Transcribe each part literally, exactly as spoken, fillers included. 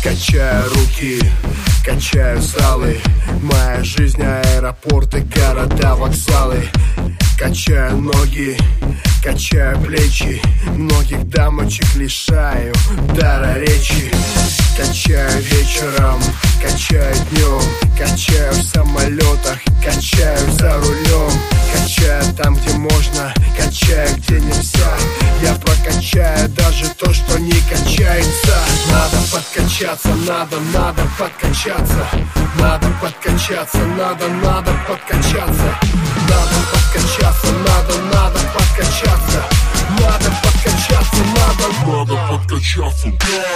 Качаю руки, качаю залы. Моя жизнь — аэропорты, города, вокзалы. Качаю ноги, качаю плечи. Многих дамочек лишаю дара речи. Качаю вечером, качаю днем. Качаю в самолетах, качаю за рулем. Качаю там, где можно, качаю, где нельзя. Я прокачаю даже то, что не качается. Надо подкачаться, надо, надо подкачаться. Надо подкачаться, надо, надо подкачаться. Надо подкачаться, надо, надо подкачаться. Надо подкачаться, надо, надо подкачаться.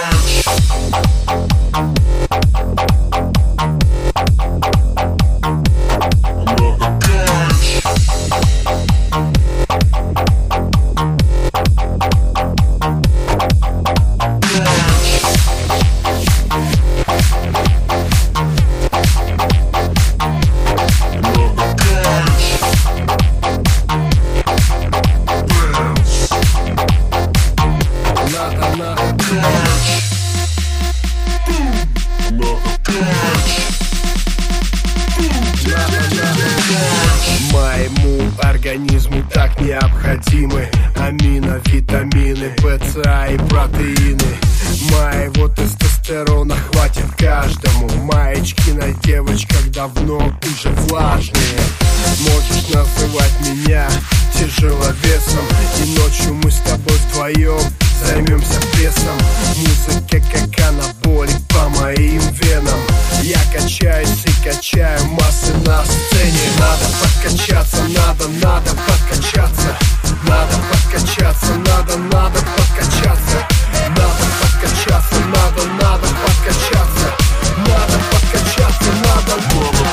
Моему организму так необходимы амино, витамины, БЦА и протеины. Моего тестостерона хватит каждому. Маечки на девочках давно уже влажные. Можешь называть меня тяжеловесом, и ночью мы с тобой вдвоем займемся прессом. Музыка как анаболик по моим венам. Я качаюсь и качаю массы на сцене. Надо подкачаться, надо, надо подкачаться. Надо подкачаться, надо, надо подкачаться. Надо подкачаться, надо, надо подкачаться. Надо подкачаться, надо, надо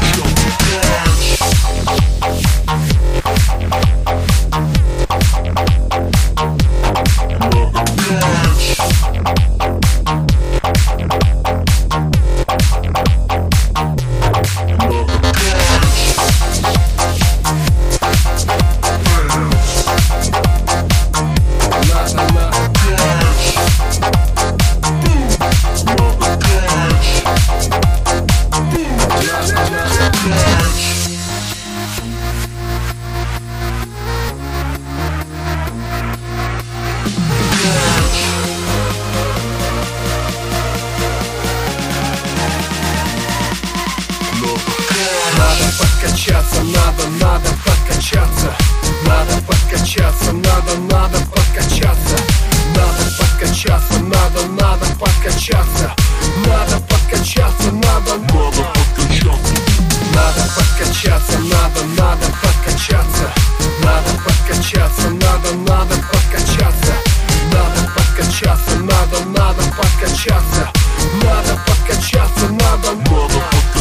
Надо подкачаться, надо, надо подкачаться. Надо подкачаться, надо, надо подкачаться. Надо подкачаться, надо, надо подкачаться. Надо подкачаться, надо, надо подкачаться. Надо подкачаться, надо, надо подкачаться. Надо подкачаться, надо, надо подкачаться. Надо подкачаться, надо, надо подкачаться. Надо подкачаться, надо, надо подкачаться.